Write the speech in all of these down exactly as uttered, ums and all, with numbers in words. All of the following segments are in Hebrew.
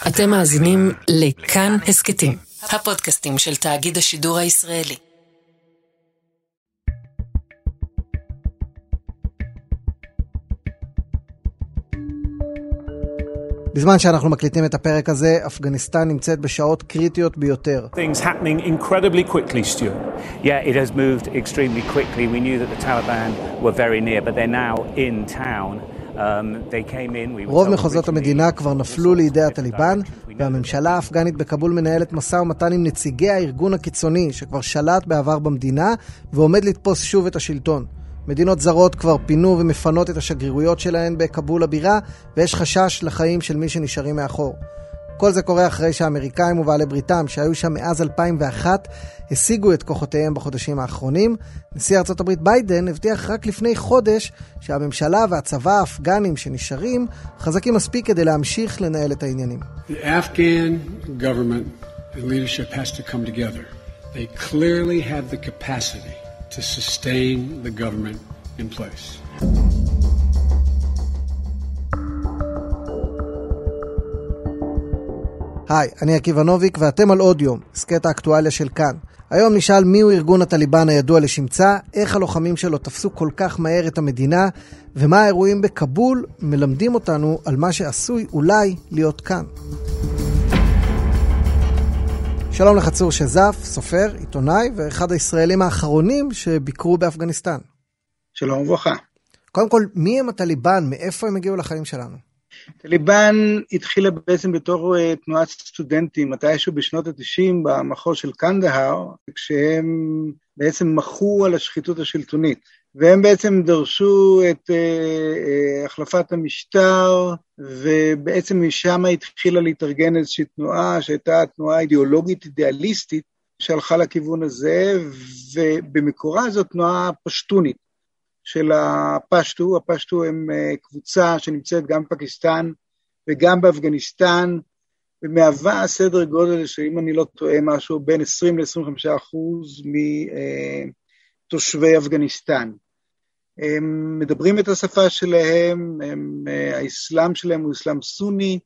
אתם מאזינים לכאן הסקטים, הפודקאסטים של תאגיד השידור הישראלי. בזמן שאנחנו מקליטים את הפרק הזה, אפגניסטן נמצאת בשעות קריטיות ביותר. Things happening incredibly quickly, Stuart. Yeah, it has moved extremely quickly. We knew that the Taliban were very near, but they're now in town. Um, they came in. We רוב מחוזות המדינה כבר נפלו לידי הטליבן, והממשלה האפגנית בכבול מנהלת משא ומתן עם נציגי הארגון הקיצוני שכבר שלט בעבר במדינה ועומד לתפוס שוב את השלטון. מדינות זרות כבר פינו ומפנות את השגרירויות שלהן בכבול הבירה, ויש חשש לחיים של מי שנשארים מאחור. כל זה קורה אחרי שהאמריקאים ובעלי בריתם, שהיו שם מאז אלפיים ואחת, השיגו את כוחותיהם בחודשים האחרונים. נשיא ארצות הברית ביידן הבטיח רק לפני חודש שהממשלה והצבא האפגנים שנשארים חזקים מספיק כדי להמשיך לנהל את העניינים. The Afghan government and leadership has to come together. They clearly have the capacity to sustain the government in place. היי, אני עקיבא נוביק ואתם על עוד יום, הסקט האקטואליה של כאן. היום נשאל מיהו ארגון הטליבן הידוע לשמצה, איך הלוחמים שלו תפסו כל כך מהר את המדינה, ומה האירועים בכבול מלמדים אותנו על מה שעשוי אולי להיות כאן. שלום לך צור שזף, סופר, עיתונאי ואחד הישראלים האחרונים שביקרו באפגניסטן. שלום וברכה. קודם כל, מי הם הטליבן? מאיפה הם הגיעו לחיים שלנו? טליבן התחילה בעצם בתור uh, תנועת סטודנטים, מתישהו בשנות ה-תשעים במחוז של קנדהר, כשהם בעצם מחו על השחיתות השלטונית, והם בעצם דרשו את uh, uh, החלפת המשטר, ובעצם משם התחילה להתארגן איזושהי תנועה, שהייתה תנועה אידיאולוגית אידיאליסטית, שהלכה לכיוון הזה, ובמקורה זו תנועה פשטונית. של הפשטו, הפשטו הם קבוצה שנמצאת גם בפקיסטן וגם באפגניסטן, ומהווה סדר גודל שאם אני לא טועה משהו בין עשרים ל-עשרים וחמישה אחוז מתושבי אפגניסטן. הם מדברים את השפה שלהם, הם, האסלאם שלהם הוא אסלאם סוני,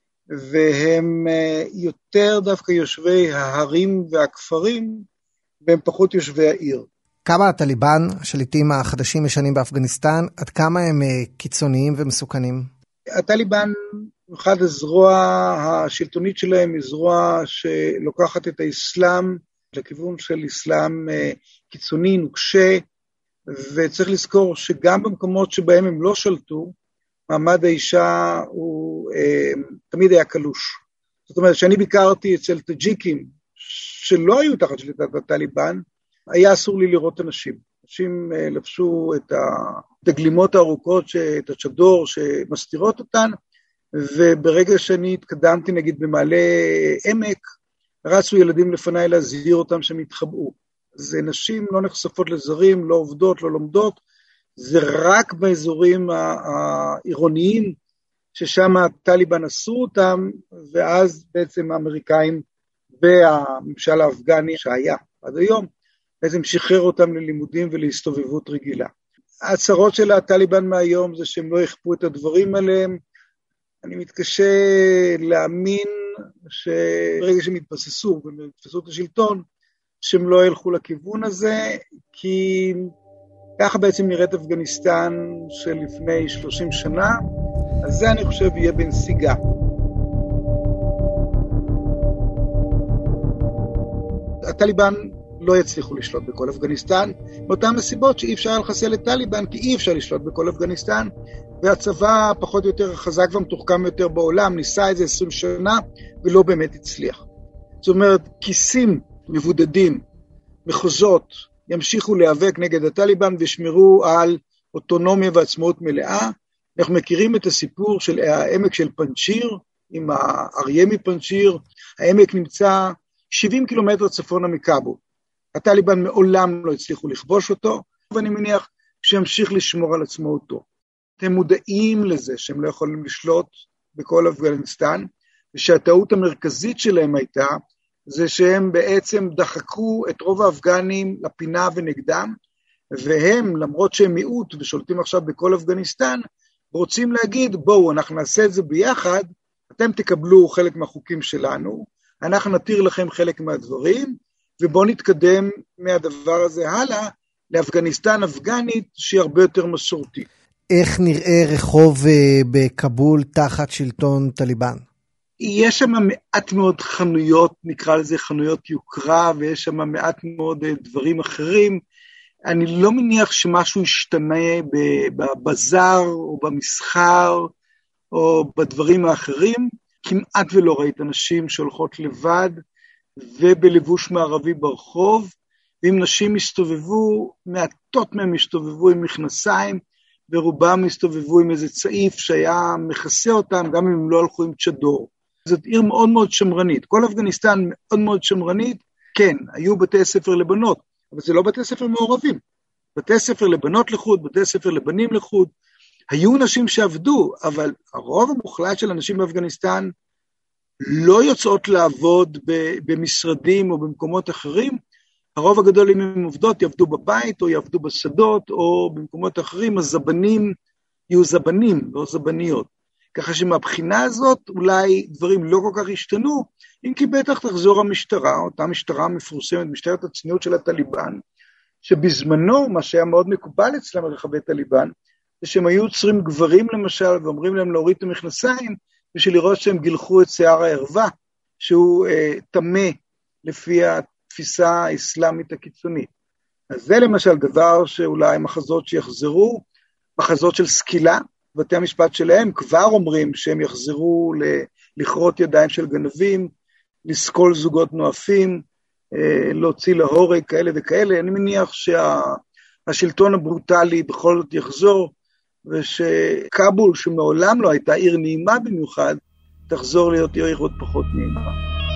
והם יותר דווקא יושבי ההרים והכפרים, והם פחות יושבי העיר. כמה הטליבן, השליטים החדשים ישנים באפגניסטן, עד כמה הם קיצוניים ומסוכנים? הטליבן, אחד הזרוע השלטונית שלהם, היא זרוע שלוקחת את האסלאם לכיוון של אסלאם קיצוני, נוקשה, וצריך לזכור שגם במקומות שבהם הם לא שלטו, מעמד האישה הוא תמיד היה קלוש. זאת אומרת, שאני ביקרתי אצל טאג'יקים, שלא היו תחת שליטת הטליבן, היה אסור לי לראות אנשים. אנשים לבשו את הגלימות הארוכות, את הצ'דור שמסתירות אותן, וברגע שאני התקדמתי נגיד במעלה עמק, רצו ילדים לפניי להזהיר אותם שהם התחבאו. אז נשים לא נחשפות לזרים, לא עובדות, לא לומדות, זה רק באזורים העירוניים, ששם הטליבן עשו אותם, ואז בעצם האמריקאים והממשל האפגני שהיה עד היום, בעצם שחרר אותם ללימודים ולהסתובבות רגילה. ההצהרות של הטליבן מהיום זה שהם לא יכפו את הדברים עליהם. אני מתקשה להאמין שברגע שהם יתבססו ויתפסו את השלטון, שהם לא ילכו לכיוון הזה, כי ככה בעצם נראית אפגניסטן של לפני שלושים שנה, אז זה אני חושב יהיה בנסיגה. הטליבן לא יצליחו לשלוט בכל אפגניסטן, מאותן הסיבות שאי אפשר לחסל את טליבן, כי אי אפשר לשלוט בכל אפגניסטן, והצבא פחות או יותר חזק ומתוחכם יותר בעולם, ניסה את זה עשרים שנה, ולא באמת הצליח. זאת אומרת, כיסים מבודדים, מחוזות, ימשיכו להיאבק נגד הטליבן, וישמרו על אוטונומיה ועצמאות מלאה. אנחנו מכירים את הסיפור של העמק של פנצ'יר, עם האריה מפנצ'יר, העמק נמצא שבעים קילומטר צפונה מקאבול. הטליבן מעולם לא הצליחו לכבוש אותו, ואני מניח שימשיך לשמור על עצמאותו. אתם מודעים לזה שהם לא יכולים לשלוט בכל אפגניסטן, ושהטעות המרכזית שלהם הייתה, זה שהם בעצם דחקו את רוב האפגנים לפינה ונגדם, והם, למרות שהם מיעוט ושולטים עכשיו בכל אפגניסטן, רוצים להגיד, בואו, אנחנו נעשה את זה ביחד, אתם תקבלו חלק מהחוקים שלנו, אנחנו נתיר לכם חלק מהדברים, ובואו נתקדם מהדבר הזה הלאה, לאפגניסטן אפגנית שהיא הרבה יותר מסורתית. איך נראה רחוב בקבול תחת שלטון טליבן? יש שם מעט מאוד חנויות, נקרא לזה חנויות יוקרה, ויש שם מעט מאוד דברים אחרים. אני לא מניח שמשהו ישתנה בבזאר או במסחר או בדברים האחרים. כמעט ולא ראית אנשים שהולכות לבד ובלבוש מערבי ברחוב, ואם נשים הסתובבו, מעטות מהם הסתובבו עם מכנסיים, ורובם הסתובבו עם איזה צעיף שהיה מכסה אותם, גם אם הם לא הלכו עם צ'דור. זאת עיר מאוד מאוד שמרנית. כל אפגניסטן מאוד מאוד שמרנית. כן, היו בתי ספר לבנות, אבל זה לא בתי ספר מעורבים. בתי ספר לבנות לחוד, בתי ספר לבנים לחוד. היו נשים שעבדו, אבל הרוב המוחלט של אנשים באפגניסטן לא יוצאות לעבוד במשרדים או במקומות אחרים. הרוב הגדול, אם הם עובדות, יעבדו בבית או יעבדו בשדות או במקומות אחרים. הזבנים יהיו זבנים, לא זבניות. ככה שמהבחינה הזאת אולי דברים לא כל כך השתנו, אם כי בטח תחזור המשטרה, אותה משטרה מפורסמת, משטרת הצניעות של הטליבן, שבזמנו, מה שהיה מאוד מקובל אצלם ברחבי טליבן, זה שהם היו עוצרים גברים למשל, ואומרים להם להוריד את המכנסיים, בשביל לראות שהם גילחו את שיער הערווה, שהוא אה, תמה לפי התפיסה האסלאמית הקיצונית. אז זה למשל דבר שאולי מחזות שיחזרו, מחזות של סקילה, בתי המשפט שלהם כבר אומרים שהם יחזרו לכרות ידיים של גנבים, לסקול זוגות נואפים, להוציא להורג כאלה וכאלה. אני מניח שהשלטון הברוטלי בכל זאת יחזור, ושקאבול, שמעולם לא הייתה עיר נעימה במיוחד, תחזור להיות עיר עוד פחות נעימה.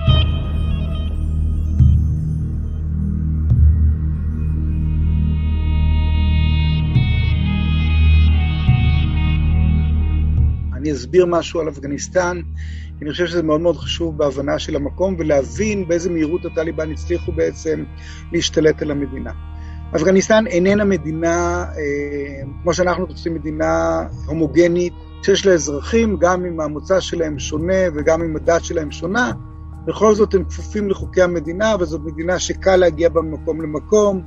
אני אסביר משהו על אפגניסטן, כי אני חושב שזה מאוד מאוד חשוב בהבנה של המקום, ולהבין באיזה מהירות הטליבן הצליחו בעצם להשתלט על המדינה. אפגניסטן איננה מדינה, אה, כמו שאנחנו תופסים, מדינה הומוגנית, שיש לה אזרחים, גם אם המוצא שלהם שונה וגם אם הדת שלהם שונה, בכל זאת הם כפופים לחוקי המדינה, וזאת מדינה שקל להגיע במקום למקום,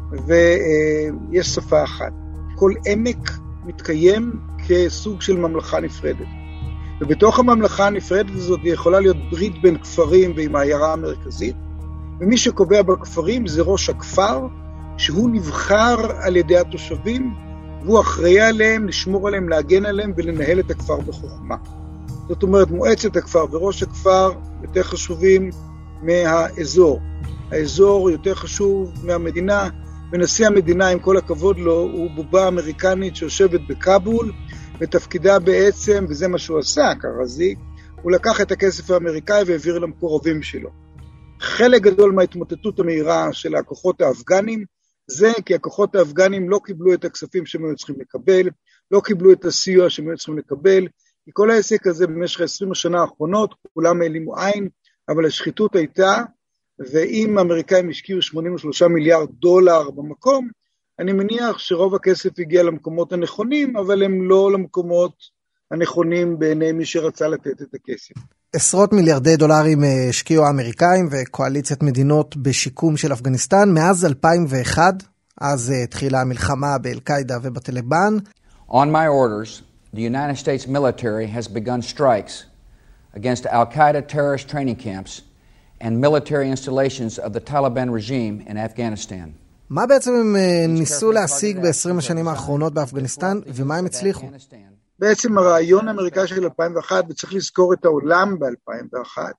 ויש שפה אחת. כל עמק מתקיים כסוג של ממלכה נפרדת. ובתוך הממלכה הנפרדת הזאת יכולה להיות ברית בין כפרים ועם העיירה המרכזית, ומי שקובע בכפרים זה ראש הכפר, שהוא נבחר על ידי התושבים, והוא אחראי עליהם, לשמור עליהם, להגן עליהם ולנהל את הכפר בחוכמה. זאת אומרת, מועצת הכפר וראש הכפר יותר חשובים מהאזור. האזור יותר חשוב מהמדינה, ונשיא המדינה, עם כל הכבוד לו, הוא בובה אמריקנית שיושבת בקאבול, ותפקידה בעצם, וזה מה שהוא עשה, קרזי, הוא לקח את הכסף האמריקאי והעביר למקורבים שלו. חלק גדול מההתמוטטות המהירה של הכוחות האפגנים, זה כי הכוחות האפגנים לא קיבלו את הכספים שהם היו צריכים לקבל, לא קיבלו את הסיוע שהם היו צריכים לקבל, כי כל העסק הזה במשך עשרים השנה האחרונות, כולם העלימו עין, אבל השחיתות הייתה, ואם האמריקאים השקיעו שמונים ושלושה מיליארד דולר במקום, אני מניח שרוב הכסף הגיע למקומות הנכונים, אבל הם לא למקומות הנכונים בעיני מי שרצה לתת את הכסף. עשרות מיליארדי דולרים השקיעו האמריקאים וקואליציית מדינות בשיקום של אפגניסטן מאז אלפיים ואחת, אז התחילה המלחמה באל-קאידה ובטליבן. On my orders, the United States military has begun strikes against Al-Qaeda terrorist training camps and military installations of the Taliban regime in Afghanistan. מה בעצם הם ניסו להשיג ב-עשרים השנים האחרונות באפגניסטן, ומה הם הצליחו? בעצם הרעיון האמריקאי של אלפיים ואחת, וצריך לזכור את העולם ב-אלפיים ואחת,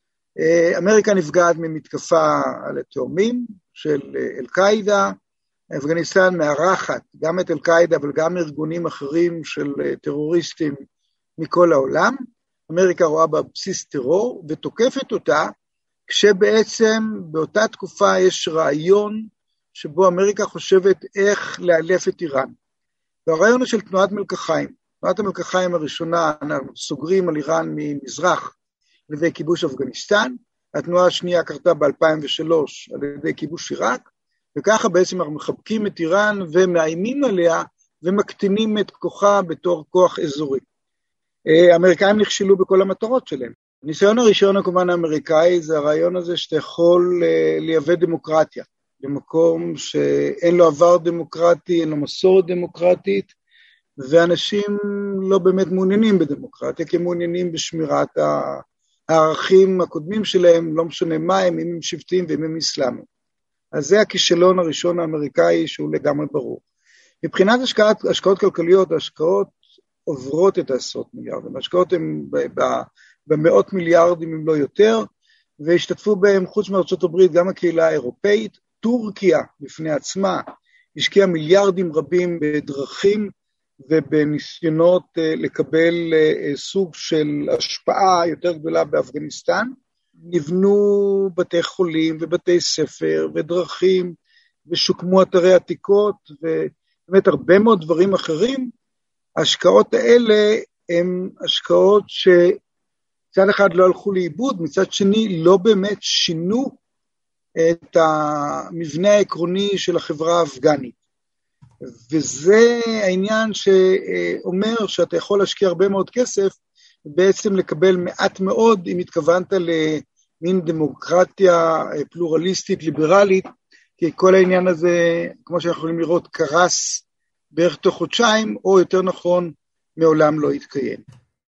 אמריקה נפגעת ממתקפה על התאומים של אל-קאידה, אפגניסטן מארחת גם את אל-קאידה, אבל גם ארגונים אחרים של טרוריסטים מכל העולם, אמריקה רואה בה בסיס טרור, ותוקפת אותה, כשבעצם באותה תקופה יש רעיון, שבו אמריקה חושבת איך לאלף את איראן. והרעיון הוא של תנועת מלקחיים. תנועת המלקחיים הראשונה, אנחנו סוגרים על איראן ממזרח על ידי כיבוש אפגניסטן, התנועה השנייה קרתה ב-אלפיים ושלוש על ידי כיבוש עיראק, וככה בעצם אנחנו מחבקים את איראן ומאיימים עליה ומקטינים את כוחה בתור כוח אזורי. האמריקאים נכשלו בכל המטרות שלהם. הניסיון הראשון כמובן האמריקאי זה הרעיון הזה שאתה יכול לייבא דמוקרטיה, במקום שאין לו עבר דמוקרטי, אין לו מסורת דמוקרטית, ואנשים לא באמת מעוניינים בדמוקרטיה, כי הם מעוניינים בשמירת הערכים הקודמים שלהם, לא משנה מה הם, אם הם שבטים ואם הם אסלאמים. אז זה הכישלון הראשון האמריקאי שהוא לגמרי ברור. מבחינת השקעות, השקעות כלכליות, ההשקעות עוברות את העשרות מיליארדים, ההשקעות הן במאות מיליארדים אם לא יותר, והשתתפו בהם חוץ מארצות הברית גם הקהילה האירופאית, טורקיה בפני עצמה השקיעה מיליארדים רבים בדרכים ובניסיונות לקבל סוג של השפעה יותר גדולה באפגניסטן, נבנו בתי חולים ובתי ספר ודרכים ושוקמו אתרי עתיקות ובאמת הרבה מאוד דברים אחרים. ההשקעות האלה הן השקעות שצד אחד לא הלכו לאיבוד, מצד שני לא באמת שינו את המבנה העקרוני של החברה האפגנית. וזה העניין שאומר שאתה יכול להשקיע הרבה מאוד כסף, בעצם לקבל מעט מאוד אם התכוונת למין דמוקרטיה פלורליסטית, ליברלית, כי כל העניין הזה, כמו שאנחנו יכולים לראות, קרס בערך תוך חודשיים, או יותר נכון, מעולם לא התקיים.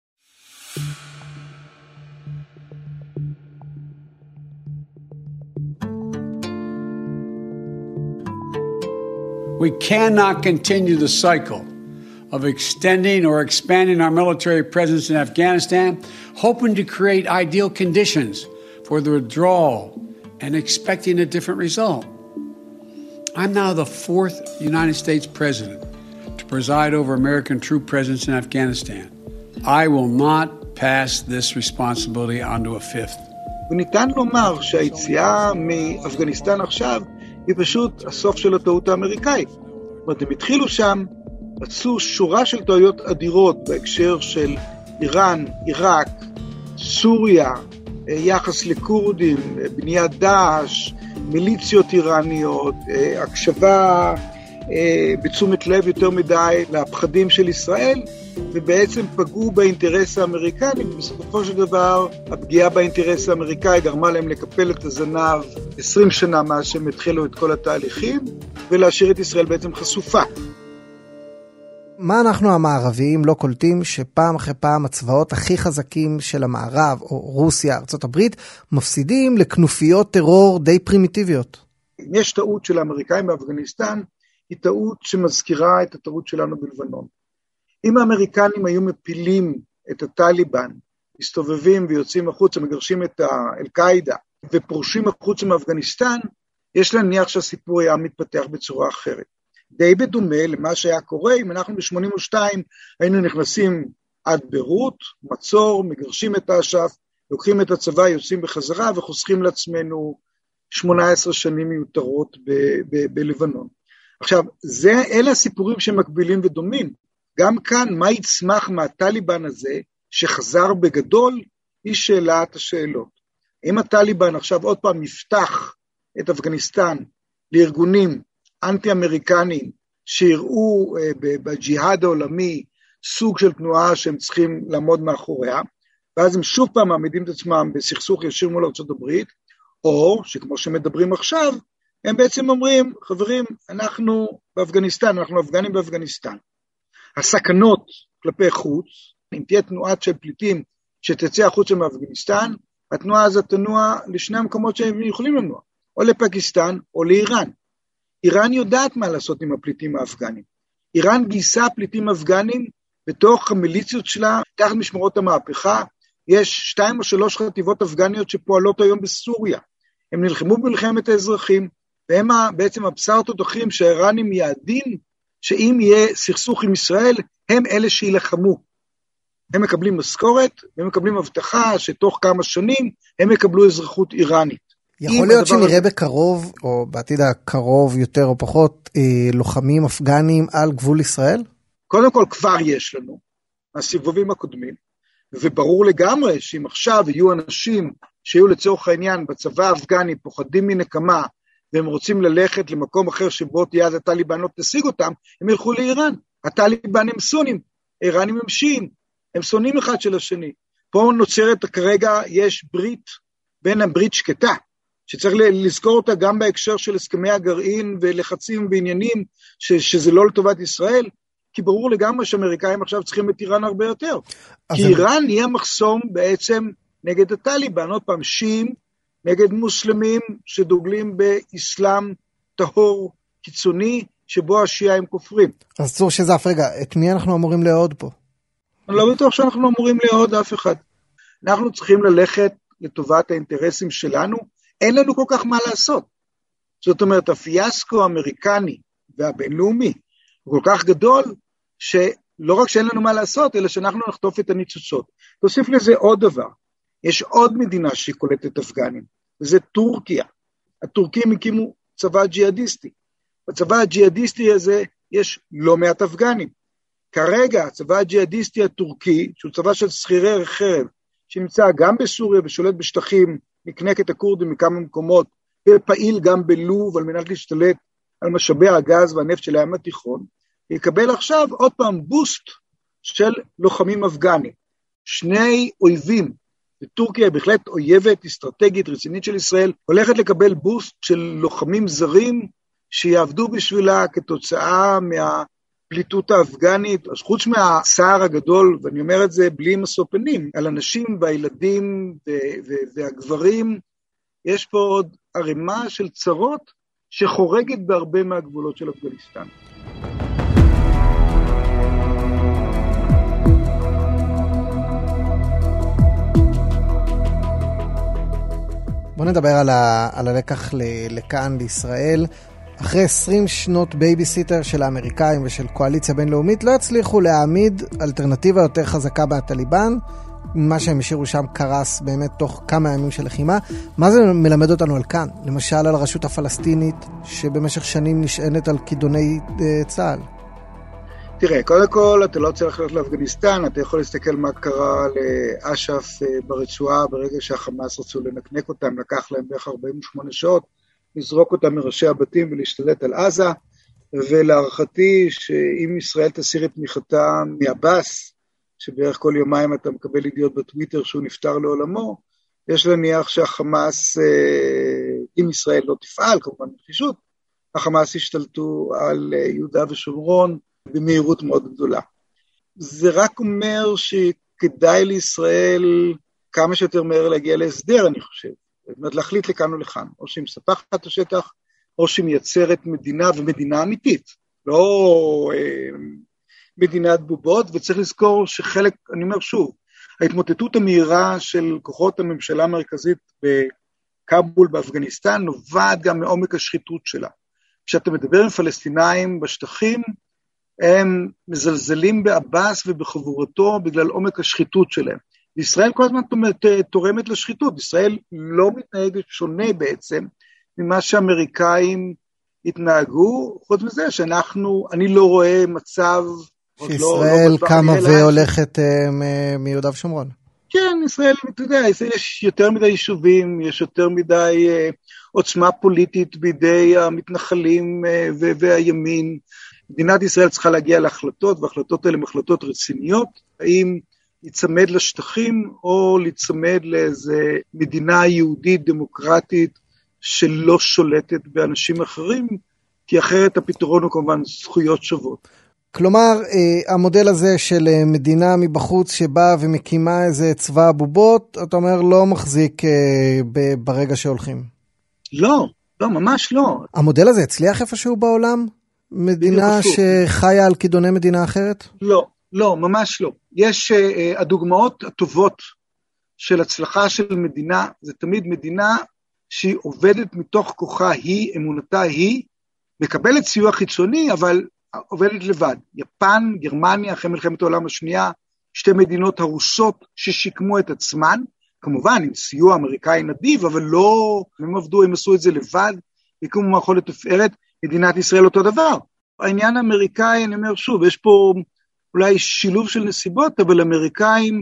We cannot continue the cycle of extending or expanding our military presence in Afghanistan, hoping to create ideal conditions for the withdrawal and expecting a different result. I'm now the fourth United States president to preside over American troop presence in Afghanistan. I will not pass this responsibility on to a fifth. וניתן לומר שהיציאה מאפגניסטן עכשיו היא פשוט הסוף של הטעות האמריקאית. זאת אומרת, הם התחילו שם, עשו שורה של טעויות אדירות בהקשר של איראן, עיראק, סוריה, יחס לקורדים, בניית דאעש, מיליציות איראניות, הקשבה בתשומת לב יותר מדי לפחדים של ישראל, ובעצם פגעו באינטרס האמריקני, ובסופו של דבר הפגיעה באינטרס האמריקאי גרמה להם לקפל את הזנב עשרים שנה מאז שהם התחילו את כל התהליכים, ולהשאיר את ישראל בעצם חשופה. מה אנחנו המערביים לא קולטים שפעם אחרי פעם הצבאות הכי חזקים של המערב, או רוסיה, ארצות הברית, מפסידים לכנופיות טרור די פרימיטיביות? אם יש טעות של האמריקאים באפגניסטן, היא טעות שמזכירה את הטעות שלנו בלבנון. אם האמריקנים היו מפילים את הטליבן, מסתובבים ויוצאים החוצה, מגרשים את אל-קאידה, ופורשים החוצה מאפגניסטן, יש להניח שהסיפור היה מתפתח בצורה אחרת. די בדומה למה שהיה קורה, אם אנחנו ב-שמונים ושתיים היינו נכנסים עד ביירות, מצור, מגרשים את האש"ף, לוקחים את הצבא, יוצאים בחזרה וחוסכים לעצמנו שמונה עשרה שנים מיותרות ב- ב- בלבנון. עכשיו, זה, אלה הסיפורים שמקבילים ודומים. גם כאן, מה יצמח מהטליבן הזה, שחזר בגדול, היא שאלת השאלות. אם הטליבן עכשיו עוד פעם יפתח את אפגניסטן לארגונים אנטי-אמריקניים, שיראו בג'יהאד העולמי סוג של תנועה שהם צריכים לעמוד מאחוריה, ואז הם שוב פעם מעמידים את עצמם בסכסוך ישיר מול ארצות הברית, או שכמו שמדברים עכשיו, הם בעצם אומרים, חברים, אנחנו באפגניסטן, אנחנו אפגנים באפגניסטן. הסכנות כלפי חוץ, אם תהיה תנועה של פליטים שתצא החוצה מאפגניסטן, התנועה הזאת תנוע לשני המקומות שהם יכולים לנוע, או לפקיסטן או לאיראן. איראן יודעת מה לעשות עם הפליטים האפגנים. איראן גייסה פליטים אפגנים בתוך המיליציות שלה, תחת משמרות המהפכה, יש שתיים או שלוש חטיבות אפגניות שפועלות היום בסוריה. הם נלחמו במלחמת האזרחים, והם בעצם הבשר תותחים שהאיראנים יעדים, שאם יהיה סכסוך עם ישראל, הם אלה שילחמו. הם מקבלים משכורת, הם מקבלים הבטחה שתוך כמה שנים הם יקבלו אזרחות איראנית. יכול להיות שנראה בקרוב, או בעתיד הקרוב יותר או פחות, אה, לוחמים אפגנים על גבול ישראל? קודם כל כבר יש לנו, הסיבובים הקודמים, וברור לגמרי שאם עכשיו יהיו אנשים שיהיו לצורך העניין בצבא האפגני, פוחדים מנקמה, והם רוצים ללכת למקום אחר שבו תהיה אז הטליבן לא תשיג אותם, הם ילכו לאיראן. הטליבן הם סונים, איראנים הם שיעים. הם שונאים אחד של השני. פה נוצרת כרגע, יש ברית בין הברית שקטה, שצריך לזכור אותה גם בהקשר של הסכמי הגרעין ולחצים בעניינים ש, שזה לא לטובת ישראל, כי ברור לגמרי שאמריקאים עכשיו צריכים את איראן הרבה יותר. כי הם... איראן יהיה מחסום בעצם נגד הטליבן, עוד פעם שיעים, נגד מוסלמים שדוגלים באסלאם טהור קיצוני, שבו השיעה הם כופרים. אז צור שזף, רגע, את מי אנחנו אמורים לעוד פה? אני לא בטוח שאנחנו אמורים לעוד אף אחד. אנחנו צריכים ללכת לטובת האינטרסים שלנו, אין לנו כל כך מה לעשות. זאת אומרת, הפיאסקו האמריקני והבינלאומי הוא כל כך גדול, שלא רק שאין לנו מה לעשות, אלא שאנחנו נחטוף את הניצוצות. תוסיף לזה עוד דבר, יש עוד מדינה שהיא קולטת אפגנים, וזה טורקיה. הטורקים הקימו צבא ג'יהאדיסטי. בצבא הג'יהאדיסטי הזה יש לא מעט אפגנים. כרגע הצבא הג'יהאדיסטי הטורקי, שהוא צבא של שכירי חרב, שנמצא גם בסוריה ושולט בשטחים, נקנק את הכורדים מכמה מקומות, ופעיל גם בלוב על מנת להשתלט על משאבי הגז והנפט של הים התיכון, יקבל עכשיו עוד פעם בוסט של לוחמים אפגנים. שני אויבים, וטורקיה היא בהחלט אויבת אסטרטגית רצינית של ישראל, הולכת לקבל בוסט של לוחמים זרים שיעבדו בשבילה כתוצאה מהפליטות האפגנית, אז חוץ מהצער הגדול, ואני אומר את זה בלי משוא פנים, על אנשים והילדים והגברים, יש פה עוד ערימה של צרות שחורגת בהרבה מהגבולות של אפגניסטן. בוא נדבר על, ה, על הלקח ל, לכאן, לישראל. אחרי עשרים שנות בייביסיטר של האמריקאים ושל קואליציה בינלאומית, לא הצליחו להעמיד אלטרנטיבה יותר חזקה מהטליבן. מה שהם השאירו שם קרס באמת תוך כמה ימים של לחימה. מה זה מלמד אותנו על כאן? למשל על הרשות הפלסטינית, שבמשך שנים נשענת על כידוני uh, צה"ל. תראה, קודם כל, אתה לא צריך ללכת לאפגניסטן, אתה יכול להסתכל מה קרה לאש"ף ברצועה, ברגע שהחמאס רצו לנקנק אותם, לקח להם בערך ארבעים ושמונה שעות, לזרוק אותם מראשי הבתים ולהשתלט על עזה, ולהערכתי שאם ישראל תסיר את תמיכתה מעבאס, שבערך כל יומיים אתה מקבל ידיעות בטוויטר שהוא נפטר לעולמו, יש להניח שהחמאס, אם ישראל לא תפעל, כמובן בחישות, החמאס השתלטו על יהודה ושומרון, במהירות מאוד גדולה. זה רק אומר שכדאי לישראל כמה שיותר מהר להגיע להסדר, אני חושב. זאת אומרת, להחליט לכאן או לכאן. או שהיא מספחת את השטח, או שהיא מייצרת מדינה, ומדינה אמיתית. לא אה, מדינת בובות, וצריך לזכור שחלק, אני אומר שוב, ההתמוטטות המהירה של כוחות הממשלה המרכזית בקאבול, באפגניסטן, נובעת גם מעומק השחיתות שלה. כשאתה מדבר עם פלסטינאים בשטחים, הם מזלזלים בעבאס ובחבורתו בגלל עומק השחיתות שלהם. ישראל כל הזמן תורמת לשחיתות, ישראל לא מתנהגת שונה בעצם ממה שאמריקאים התנהגו, חוץ מזה שאנחנו, אני לא רואה מצב... שישראל לא, לא קמה והולכת uh, מיהודה ושומרון. כן, ישראל, אתה יודע, יש יותר מדי יישובים, יש יותר מדי uh, עוצמה פוליטית בידי המתנחלים uh, והימין, מדינת ישראל צריכה להגיע להחלטות, וההחלטות האלה הן החלטות רציניות, האם להצמד לשטחים, או להצמד לאיזה מדינה יהודית דמוקרטית, שלא שולטת באנשים אחרים, כי אחרת הפתרון הוא כמובן זכויות שוות. כלומר, המודל הזה של מדינה מבחוץ שבאה ומקימה איזה צבא בובות, אתה אומר לא מחזיק ברגע שהולכים. לא, לא, ממש לא. המודל הזה הצליח איפשהו בעולם? מדינה שחיה על כידוני מדינה אחרת? לא, לא, ממש לא. יש uh, הדוגמאות הטובות של הצלחה של מדינה, זה תמיד מדינה שהיא עובדת מתוך כוחה היא, אמונתה היא, מקבלת סיוע חיצוני, אבל עובדת לבד. יפן, גרמניה, אחרי מלחמת העולם השנייה, שתי מדינות הרוסות ששיקמו את עצמן, כמובן עם סיוע אמריקאי נדיב, אבל לא, הם עבדו, הם עשו את זה לבד, יקומו מערכות לתפארת, מדינת ישראל אותו דבר. העניין האמריקאי, אני אומר שוב, יש פה אולי שילוב של נסיבות, אבל אמריקאים,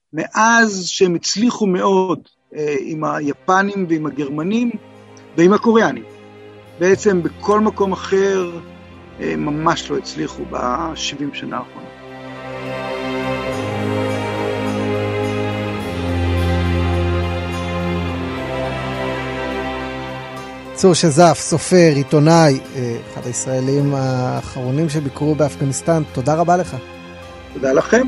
מאז שהם הצליחו מאוד אה, עם היפנים ועם הגרמנים ועם הקוריאנים, בעצם בכל מקום אחר אה, ממש לא הצליחו ב-שבעים שנה האחרונות. צור שזף, סופר, עיתונאי, אחד הישראלים האחרונים שביקרו באפגניסטן, תודה רבה לך. תודה לכם.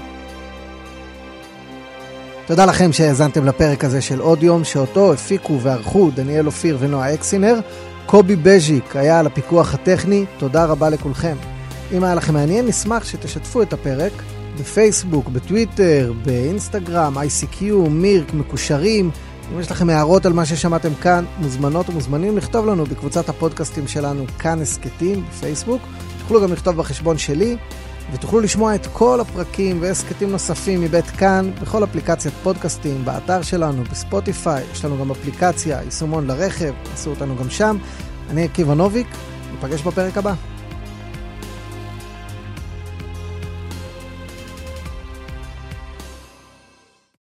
תודה לכם שהאזנתם לפרק הזה של עוד יום, שאותו הפיקו וערכו דניאל אופיר ונועה אקסינר. קובי בז'יק היה על הפיקוח הטכני, תודה רבה לכולכם. אם היה לכם מעניין, נשמח שתשתפו את הפרק בפייסבוק, בטוויטר, באינסטגרם, איי סי קיו, מירק, מקושרים. אם יש לכם הערות על מה ששמעתם כאן, מוזמנות ומוזמנים לכתוב לנו בקבוצת הפודקאסטים שלנו כאן הסקטים בפייסבוק. תוכלו גם לכתוב בחשבון שלי, ותוכלו לשמוע את כל הפרקים והסקטים נוספים מבית כאן בכל אפליקציית פודקאסטים, באתר שלנו, בספוטיפיי. יש לנו גם אפליקציה, יישומון לרכב, עשו אותנו גם שם. אני עקיבא נוביק, ניפגש בפרק הבא.